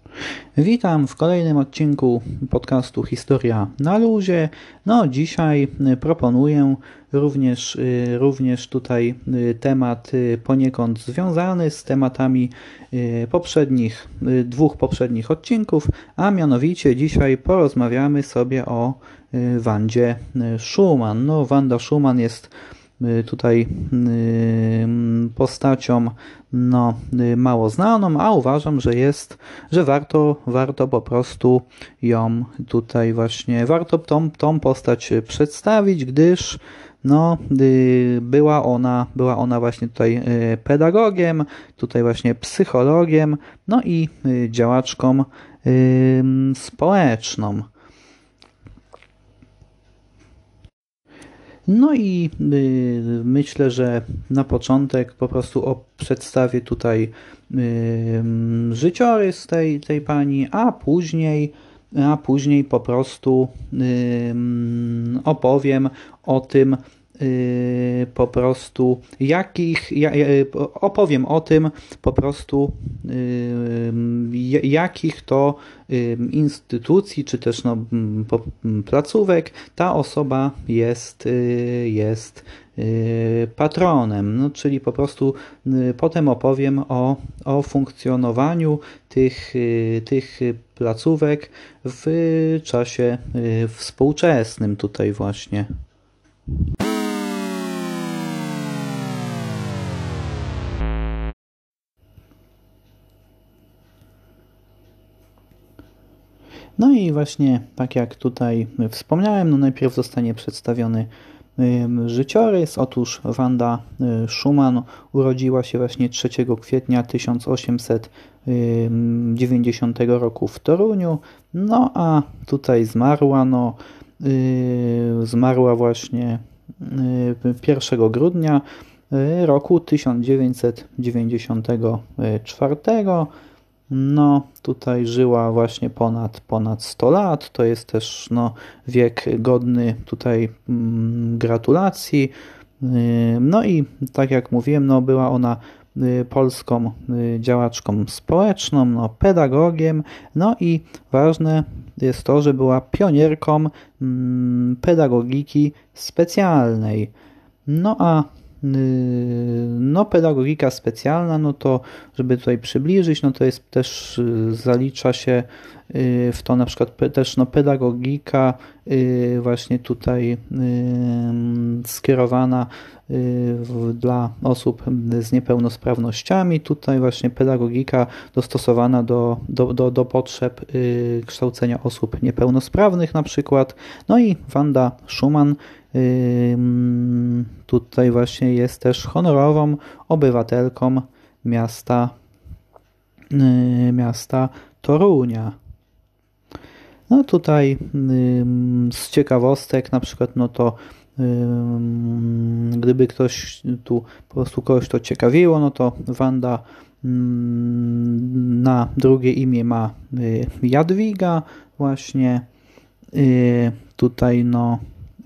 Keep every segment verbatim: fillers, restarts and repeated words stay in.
Witam w kolejnym odcinku podcastu Historia na luzie. No, dzisiaj proponuję również, również tutaj temat poniekąd związany z tematami poprzednich, dwóch poprzednich odcinków, a mianowicie dzisiaj porozmawiamy sobie o Wandzie Schumann. No, Wanda Schumann jest tutaj postacią no, mało znaną, a uważam, że jest, że warto, warto po prostu ją tutaj właśnie, warto tą, tą postać przedstawić, gdyż no, była ona, była ona właśnie tutaj pedagogiem, tutaj właśnie psychologiem, no i działaczką społeczną. No i y, myślę, że na początek po prostu o, przedstawię tutaj y, życiorys tej, tej pani, a później, a później po prostu y, opowiem o tym, y, po prostu jakich, ja, opowiem o tym po prostu y, jakich to instytucji, czy też no, placówek ta osoba jest, jest patronem. No, czyli po prostu potem opowiem o, o funkcjonowaniu tych, tych placówek w czasie współczesnym tutaj właśnie. No i właśnie tak jak tutaj wspomniałem, no najpierw zostanie przedstawiony życiorys. Otóż Wanda Schumann urodziła się właśnie trzeciego kwietnia tysiąc osiemset dziewięćdziesiątego roku w Toruniu, no a tutaj zmarła, no zmarła właśnie pierwszego grudnia roku tysiąc dziewięćset dziewięćdziesiątego czwartego. No, tutaj żyła właśnie ponad, ponad sto lat, to jest też no, wiek godny tutaj mm, gratulacji. No i tak jak mówiłem, no, była ona polską działaczką społeczną, no, pedagogiem, no i ważne jest to, że była pionierką mm, pedagogiki specjalnej. No a No, pedagogika specjalna, no to żeby tutaj przybliżyć, no to jest też, zalicza się w to na przykład też no, pedagogika właśnie tutaj skierowana dla osób z niepełnosprawnościami, tutaj właśnie pedagogika dostosowana do, do, do, do potrzeb kształcenia osób niepełnosprawnych na przykład. No i Wanda Schumann tutaj właśnie jest też honorową obywatelką miasta, miasta Torunia. No tutaj z ciekawostek na przykład no to gdyby ktoś tu po prostu kogoś to ciekawiło, no to Wanda na drugie imię ma Jadwiga właśnie. Tutaj no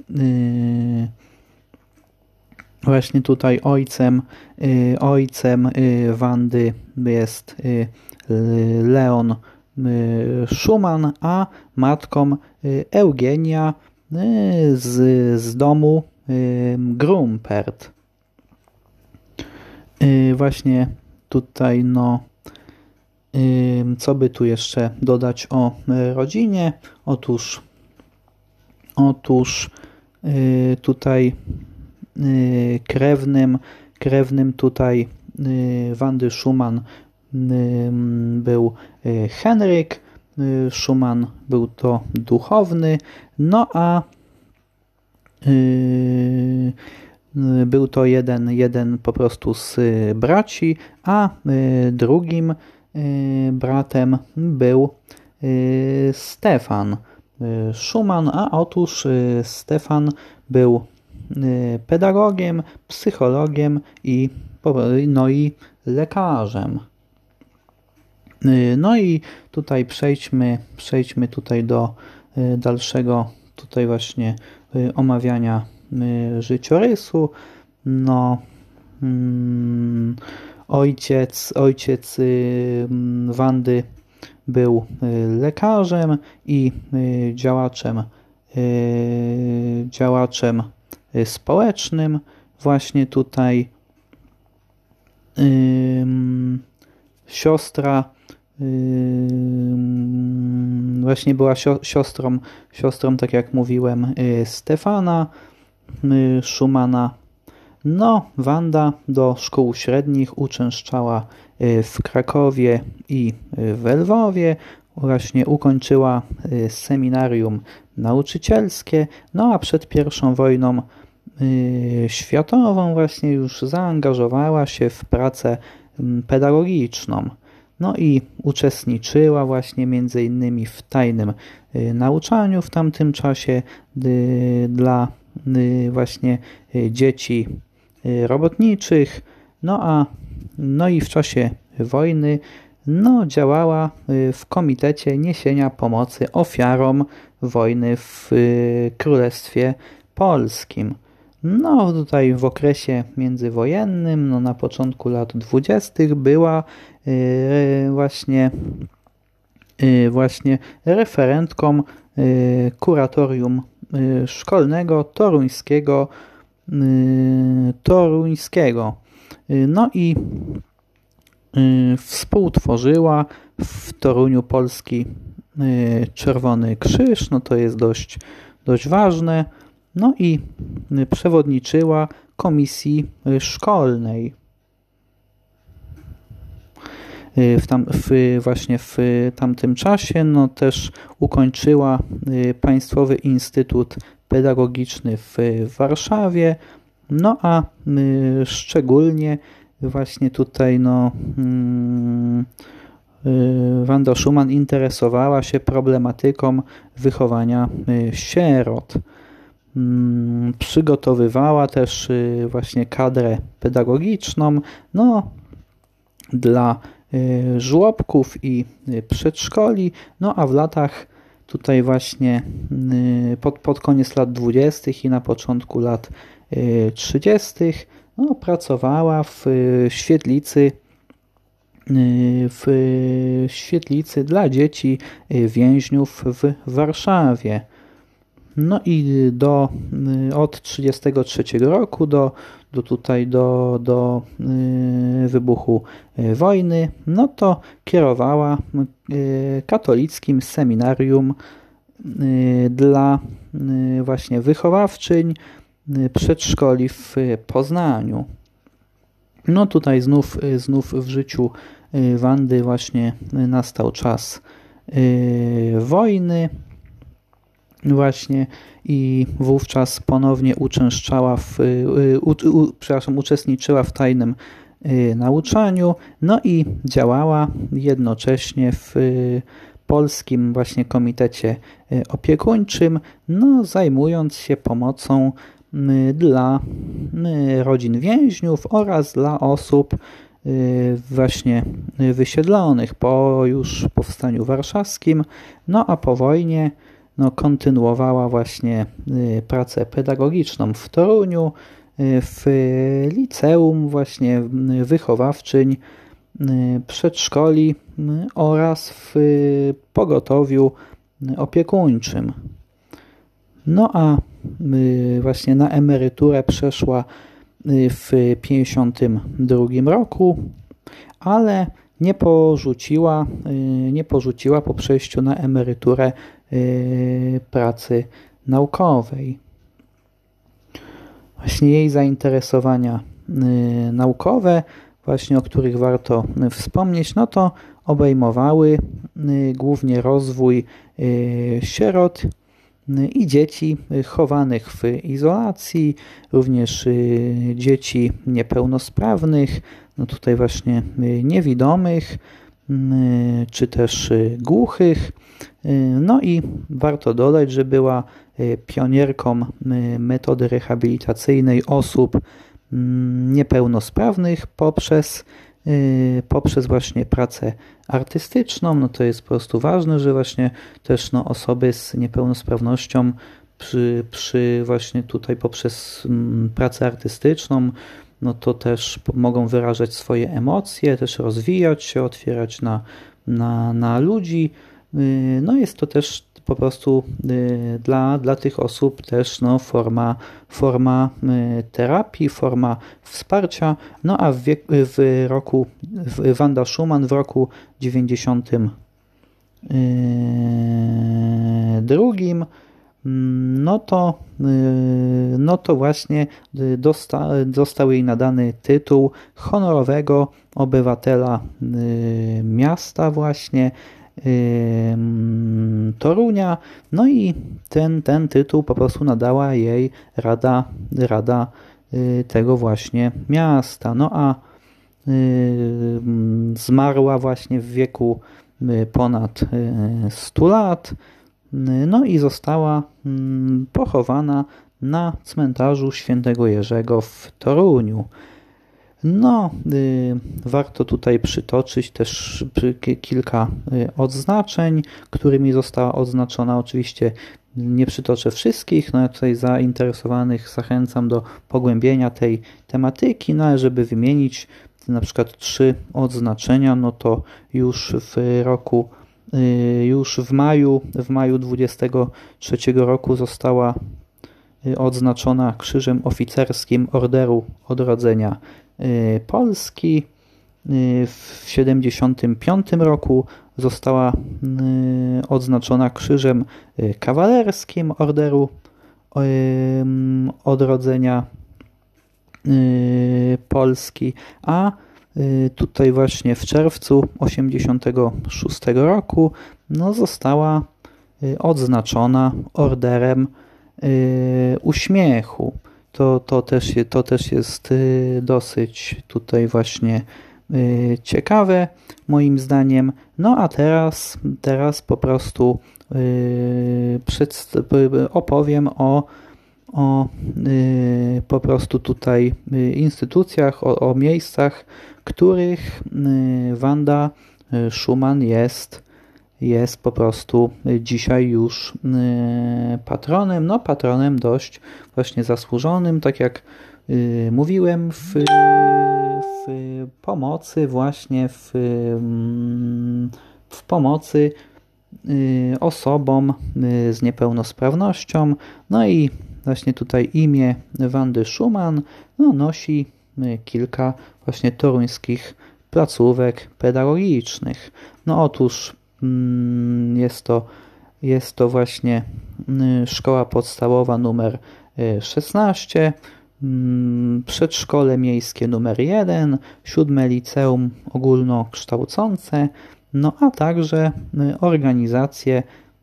właśnie tutaj ojcem ojcem Wandy jest Leon Schumann, a matką Eugenia z, z domu Grumpert. Właśnie tutaj no co by tu jeszcze dodać o rodzinie? Otóż Otóż tutaj krewnym, krewnym tutaj Wandy Schumann był Henryk Schumann, był to duchowny, no a był to jeden, jeden po prostu z braci, a drugim bratem był Stefan Schumann, a otóż Stefan był pedagogiem, psychologiem i, no i lekarzem. No i tutaj przejdźmy, przejdźmy tutaj do dalszego tutaj właśnie omawiania życiorysu. No, ojciec, ojciec Wandy był lekarzem i działaczem, działaczem społecznym. Właśnie tutaj siostra właśnie była siostrą, siostrą, tak jak mówiłem, Stefana Szumana. No, Wanda do szkół średnich uczęszczała w Krakowie i w Lwowie. Właśnie ukończyła seminarium nauczycielskie, no a przed pierwszą wojną światową właśnie już zaangażowała się w pracę pedagogiczną. No i uczestniczyła właśnie między innymi w tajnym nauczaniu w tamtym czasie dla właśnie dzieci robotniczych. No a no i w czasie wojny no, działała w Komitecie Niesienia Pomocy Ofiarom Wojny w Królestwie Polskim. No tutaj w okresie międzywojennym, no na początku lat dwudziestych była yy, właśnie, yy, właśnie referentką yy, kuratorium yy, szkolnego toruńskiego, yy, toruńskiego. Yy, no i yy, współtworzyła w Toruniu Polski yy, Czerwony Krzyż, no to jest dość, dość ważne. No i przewodniczyła komisji szkolnej. W tam, w, właśnie w tamtym czasie no też ukończyła Państwowy Instytut Pedagogiczny w Warszawie. No a szczególnie właśnie tutaj no, Wanda Szuman interesowała się problematyką wychowania sierot. Przygotowywała też właśnie kadrę pedagogiczną no, dla żłobków i przedszkoli, no a w latach tutaj właśnie pod, pod koniec lat dwudziestych i na początku lat trzydziestych no, pracowała w świetlicy w świetlicy dla dzieci więźniów w Warszawie. No i do, od trzydziestego trzeciego roku do, do tutaj do, do y, wybuchu wojny, no to kierowała y, katolickim seminarium y, dla y, właśnie wychowawczyń y, przedszkoli w Poznaniu. No tutaj znów, znów w życiu Wandy właśnie nastał czas y, wojny. Właśnie i wówczas ponownie uczęszczała w, u, u, przepraszam, uczestniczyła w tajnym y, nauczaniu, no i działała jednocześnie w y, Polskim właśnie Komitecie y, Opiekuńczym, no zajmując się pomocą y, dla y, rodzin więźniów oraz dla osób y, właśnie wysiedlonych po już powstaniu warszawskim, no a po wojnie no, kontynuowała właśnie y, pracę pedagogiczną w Toruniu, y, w liceum właśnie y, wychowawczyń, y, przedszkoli y, oraz w y, pogotowiu y, opiekuńczym. No a y, właśnie na emeryturę przeszła y, w pięćdziesiątym drugim roku, ale nie porzuciła, y, nie porzuciła po przejściu na emeryturę pracy naukowej. Właśnie jej zainteresowania naukowe, właśnie o których warto wspomnieć, no to obejmowały głównie rozwój sierot i dzieci chowanych w izolacji, również dzieci niepełnosprawnych, no tutaj właśnie niewidomych, czy też głuchych. No i warto dodać, że była pionierką metody rehabilitacyjnej osób niepełnosprawnych poprzez, poprzez właśnie pracę artystyczną. No to jest po prostu ważne, że właśnie też no, osoby z niepełnosprawnością przy, przy właśnie tutaj poprzez pracę artystyczną no to też mogą wyrażać swoje emocje, też rozwijać się, otwierać na na, na ludzi. No jest to też po prostu dla, dla tych osób też no, forma, forma terapii, forma wsparcia. No a w, wiek, w roku, Wanda Schumann w roku dziewięćdziesiątym drugim no to, no to właśnie dosta, został jej nadany tytuł honorowego obywatela miasta właśnie Torunia, no i ten, ten tytuł po prostu nadała jej Rada, Rada tego właśnie miasta. No a zmarła właśnie w wieku ponad stu lat, no i została pochowana na cmentarzu Świętego Jerzego w Toruniu. No, y, warto tutaj przytoczyć też kilka odznaczeń, którymi została odznaczona. Oczywiście nie przytoczę wszystkich, no ja tutaj zainteresowanych zachęcam do pogłębienia tej tematyki, no ale żeby wymienić na przykład trzy odznaczenia, no to już w roku, y, już w maju, w maju dwudziestego trzeciego roku została odznaczona Krzyżem Oficerskim Orderu Odrodzenia Polski. W siedemdziesiątym piątym roku została odznaczona Krzyżem Kawalerskim Orderu Odrodzenia Polski, a tutaj właśnie w czerwcu osiemdziesiątego szóstego roku no, została odznaczona Orderem Uśmiechu. To, to, też, to też jest dosyć tutaj właśnie ciekawe moim zdaniem. No a teraz, teraz po prostu opowiem o, o po prostu tutaj instytucjach, o, o miejscach, których Wanda Schumann jest jest po prostu dzisiaj już patronem, no patronem dość właśnie zasłużonym, tak jak mówiłem, w, w pomocy właśnie w, w pomocy osobom z niepełnosprawnością. No i właśnie tutaj imię Wandy Schumann no, nosi kilka właśnie toruńskich placówek pedagogicznych. No otóż Jest to, jest to właśnie szkoła podstawowa numer szesnaście, przedszkole miejskie numer jeden, siódme liceum ogólnokształcące, no a także organizacje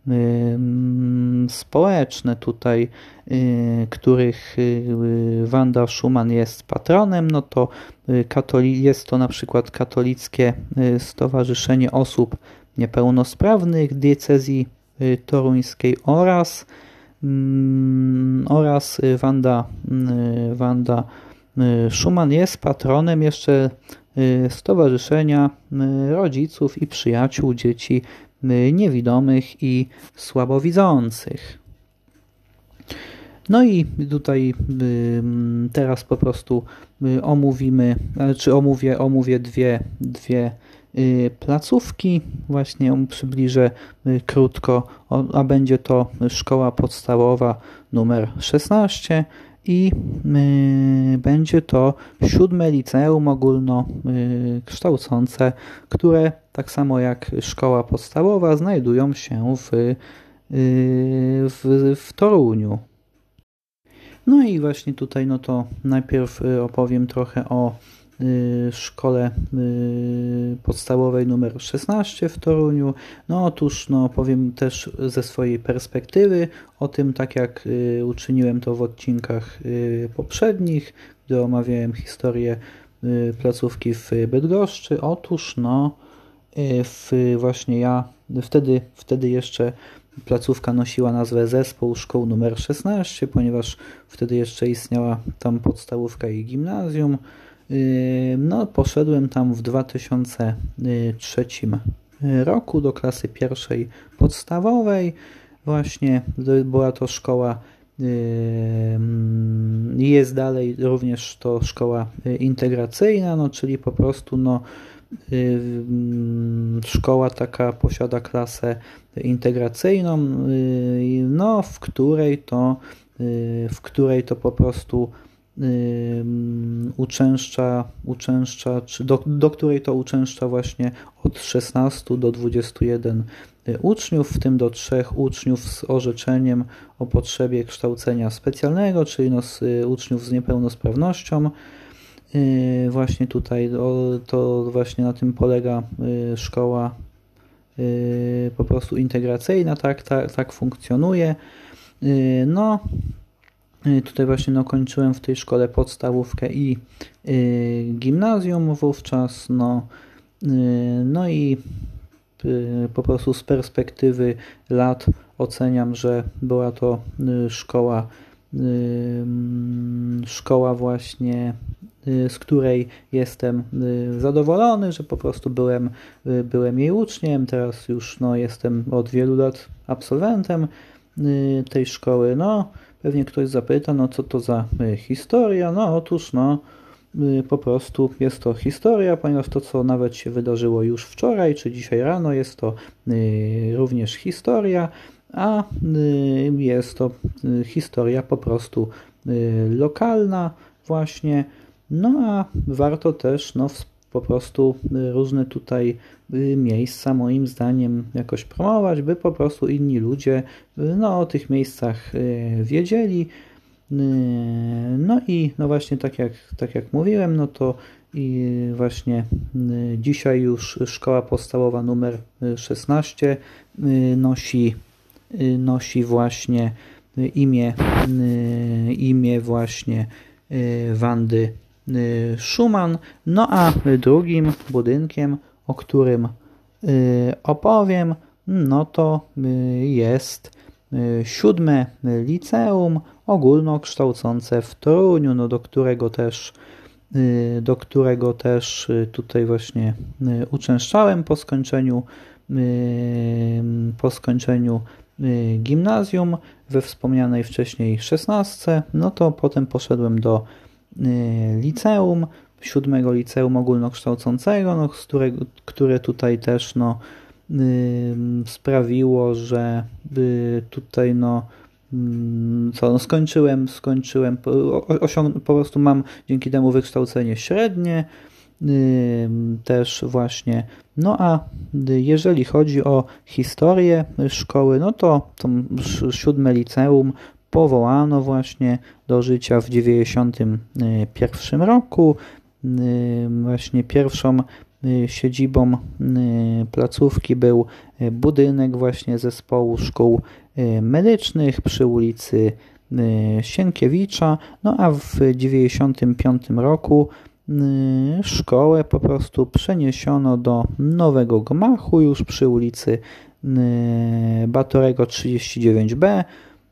społeczne tutaj, których Wanda Schumann jest patronem, no to jest to na przykład Katolickie Stowarzyszenie Osób Niepełnosprawnych Diecezji Toruńskiej oraz oraz Wanda, Wanda Schumann jest patronem jeszcze Stowarzyszenia Rodziców i Przyjaciół Dzieci Niewidomych i Słabowidzących. No i tutaj teraz po prostu omówimy, czy omówię, omówię dwie, dwie placówki, właśnie przybliżę krótko, a będzie to szkoła podstawowa numer szesnaście i będzie to siódme liceum ogólnokształcące, które tak samo jak szkoła podstawowa znajdują się w, w, w Toruniu. No i właśnie tutaj no to najpierw opowiem trochę o szkole podstawowej numer szesnaście w Toruniu. No otóż no powiem też ze swojej perspektywy o tym, tak jak uczyniłem to w odcinkach poprzednich, gdy omawiałem historię placówki w Bydgoszczy. Otóż no w właśnie ja wtedy, wtedy jeszcze placówka nosiła nazwę Zespół Szkół numer szesnaście, ponieważ wtedy jeszcze istniała tam podstawówka i gimnazjum. No, poszedłem tam w dwa tysiące trzecim roku do klasy pierwszej podstawowej. Właśnie była to szkoła i jest dalej również to szkoła integracyjna, no, czyli po prostu no, Szkoła taka posiada klasę integracyjną, no, w której to, w której to po prostu uczęszcza, uczęszcza czy do, do której to uczęszcza właśnie od szesnastu do dwudziestu jeden uczniów, w tym do trzech uczniów z orzeczeniem o potrzebie kształcenia specjalnego, czyli no z uczniów z niepełnosprawnością. Właśnie tutaj to właśnie na tym polega szkoła po prostu integracyjna, tak, tak, tak funkcjonuje. No, tutaj właśnie no, kończyłem w tej szkole podstawówkę i gimnazjum wówczas, no, no i po prostu z perspektywy lat oceniam, że była to szkoła, szkoła właśnie, z której jestem zadowolony, że po prostu byłem, byłem jej uczniem, teraz już no, jestem od wielu lat absolwentem tej szkoły. No, pewnie ktoś zapyta, no co to za historia? No otóż no, po prostu jest to historia, ponieważ to, co nawet się wydarzyło już wczoraj, czy dzisiaj rano, jest to również historia, a jest to historia po prostu lokalna właśnie. No a warto też no, po prostu różne tutaj miejsca moim zdaniem jakoś promować, by po prostu inni ludzie no, o tych miejscach wiedzieli. No i no właśnie tak jak, tak jak mówiłem, no to i właśnie dzisiaj już szkoła podstawowa numer szesnaście nosi, nosi właśnie imię, imię właśnie Wandy Schumann. No a drugim budynkiem, o którym opowiem, no to jest siódme liceum ogólnokształcące w Toruniu, no do którego też do którego też tutaj właśnie uczęszczałem po skończeniu po skończeniu gimnazjum we wspomnianej wcześniej szesnastce. No to potem poszedłem do liceum, siódmego liceum ogólnokształcącego, no, z którego, które tutaj też no, sprawiło, że tutaj no, co, no skończyłem, skończyłem, osiąg- po prostu mam dzięki temu wykształcenie średnie też właśnie. No a jeżeli chodzi o historię szkoły, no to to siódme liceum powołano właśnie do życia w dziewięćdziesiątym pierwszym roku. Właśnie pierwszą siedzibą placówki był budynek właśnie zespołu szkół medycznych przy ulicy Sienkiewicza, no a w dziewięćdziesiątym piątym roku szkołę po prostu przeniesiono do nowego gmachu już przy ulicy Batorego trzydzieści dziewięć B,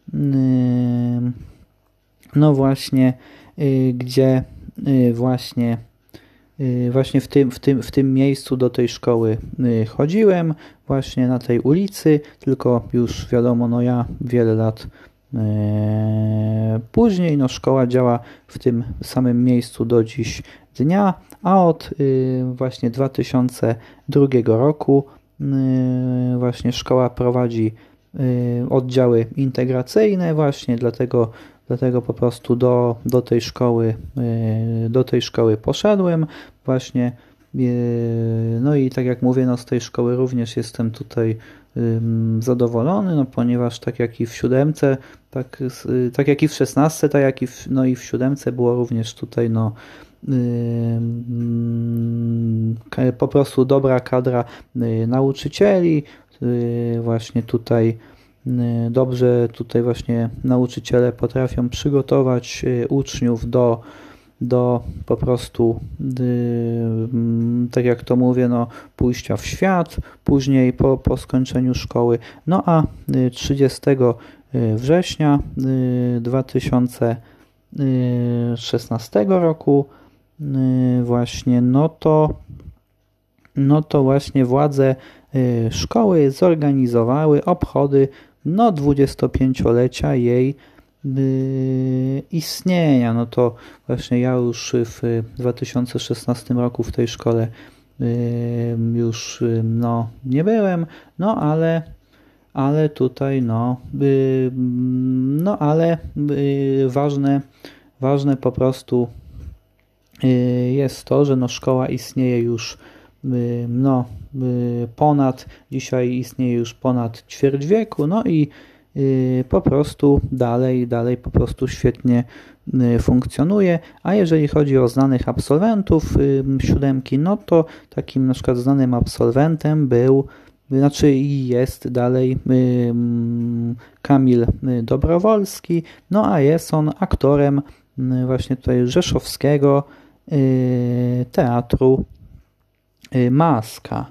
no właśnie, gdzie właśnie Właśnie w tym, w, tym, w tym miejscu do tej szkoły chodziłem, właśnie na tej ulicy, tylko już wiadomo, no ja wiele lat później, no szkoła działa w tym samym miejscu do dziś dnia, a od właśnie dwa tysiące drugiego roku właśnie szkoła prowadzi oddziały integracyjne właśnie, dlatego Dlatego po prostu do, do tej szkoły do tej szkoły poszedłem właśnie. No i tak jak mówię, no z tej szkoły również jestem tutaj zadowolony, no ponieważ tak jak i w siódemce, tak, tak jak i w szesnastce, tak jak i w, no i w siódemce było również tutaj no po prostu dobra kadra nauczycieli. Właśnie tutaj dobrze tutaj właśnie nauczyciele potrafią przygotować uczniów do, do po prostu tak jak to mówię, no pójścia w świat, później po, po skończeniu szkoły. No a trzydziestego września dwa tysiące szesnastego roku właśnie no to no to właśnie władze szkoły zorganizowały obchody no dwudziestopięciolecia jej y, istnienia. No to właśnie ja już w dwa tysiące szesnastym roku w tej szkole już no, nie byłem, no ale, ale tutaj no, no ale ważne, ważne po prostu jest to, że no, szkoła istnieje już no, ponad, dzisiaj istnieje już ponad ćwierć wieku, no i po prostu dalej, dalej po prostu świetnie funkcjonuje, a jeżeli chodzi o znanych absolwentów siódemki, no to takim na przykład znanym absolwentem był, znaczy i jest dalej Kamil Dobrowolski, no a jest on aktorem właśnie tutaj rzeszowskiego teatru Maska.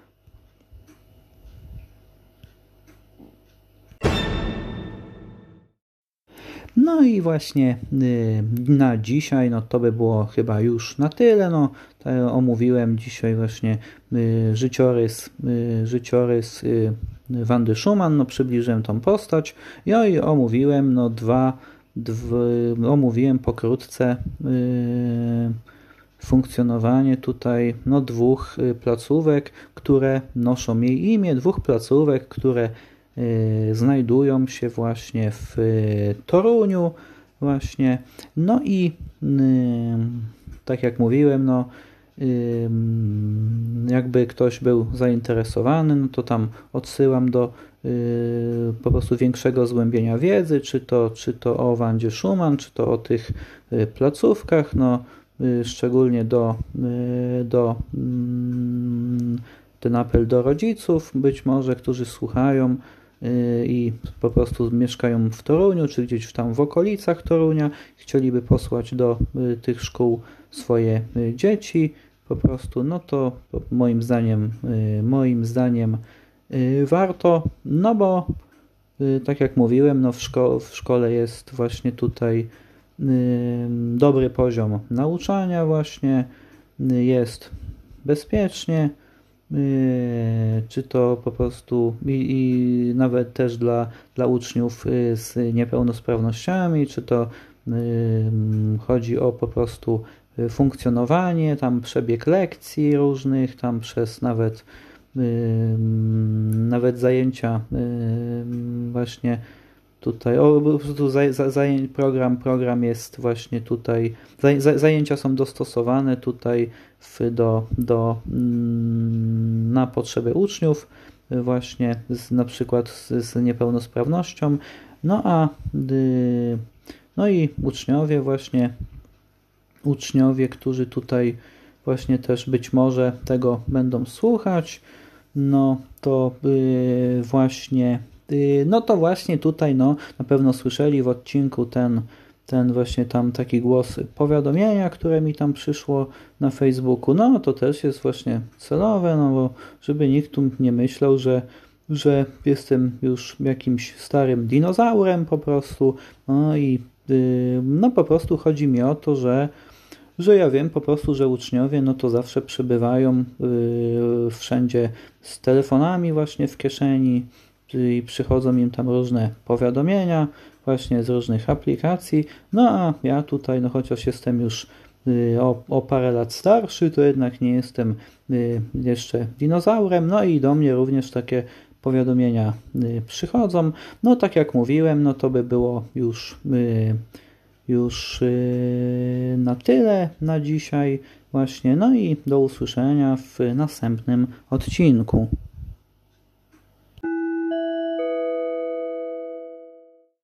No i właśnie na dzisiaj, no to by było chyba już na tyle, no to omówiłem dzisiaj właśnie życiorys, życiorys Wandy Szuman, no przybliżyłem tą postać i omówiłem no dwa, dwa omówiłem pokrótce funkcjonowanie tutaj no dwóch placówek, które noszą jej imię, dwóch placówek, które znajdują się właśnie w Toruniu właśnie, no i tak jak mówiłem, no jakby ktoś był zainteresowany, no to tam odsyłam do po prostu większego zgłębienia wiedzy, czy to, czy to o Wandzie Szuman, czy to o tych placówkach, no szczególnie do, do ten apel do rodziców, być może, którzy słuchają i po prostu mieszkają w Toruniu, czy gdzieś tam w okolicach Torunia, chcieliby posłać do tych szkół swoje dzieci, po prostu, no to moim zdaniem, moim zdaniem warto, no bo tak jak mówiłem, no w, szko- w szkole jest właśnie tutaj dobry poziom nauczania właśnie, jest bezpiecznie, czy to po prostu i, i nawet też dla, dla uczniów z niepełnosprawnościami, czy to y, chodzi o po prostu funkcjonowanie, tam przebieg lekcji różnych, tam przez nawet y, nawet zajęcia y, właśnie tutaj, o, po prostu zaj, zaj, program, program jest właśnie tutaj, zaj, zajęcia są dostosowane tutaj w, do, do, na potrzeby uczniów właśnie z, na przykład z, z niepełnosprawnością, no a no i uczniowie właśnie, uczniowie, którzy tutaj właśnie też być może tego będą słuchać, no to yy, właśnie no to właśnie tutaj no na pewno słyszeli w odcinku ten, ten właśnie tam taki głos powiadomienia, które mi tam przyszło na Facebooku, no to też jest właśnie celowe, no bo żeby nikt tu nie myślał, że, że jestem już jakimś starym dinozaurem po prostu, no i yy, no po prostu chodzi mi o to, że że ja wiem po prostu, że uczniowie no to zawsze przebywają yy, wszędzie z telefonami właśnie w kieszeni, i przychodzą im tam różne powiadomienia właśnie z różnych aplikacji, no a ja tutaj, no chociaż jestem już y, o, o parę lat starszy, to jednak nie jestem y, jeszcze dinozaurem, no i do mnie również takie powiadomienia y, przychodzą, no tak jak mówiłem, no to by było już, y, już y, na tyle na dzisiaj właśnie, no i do usłyszenia w następnym odcinku.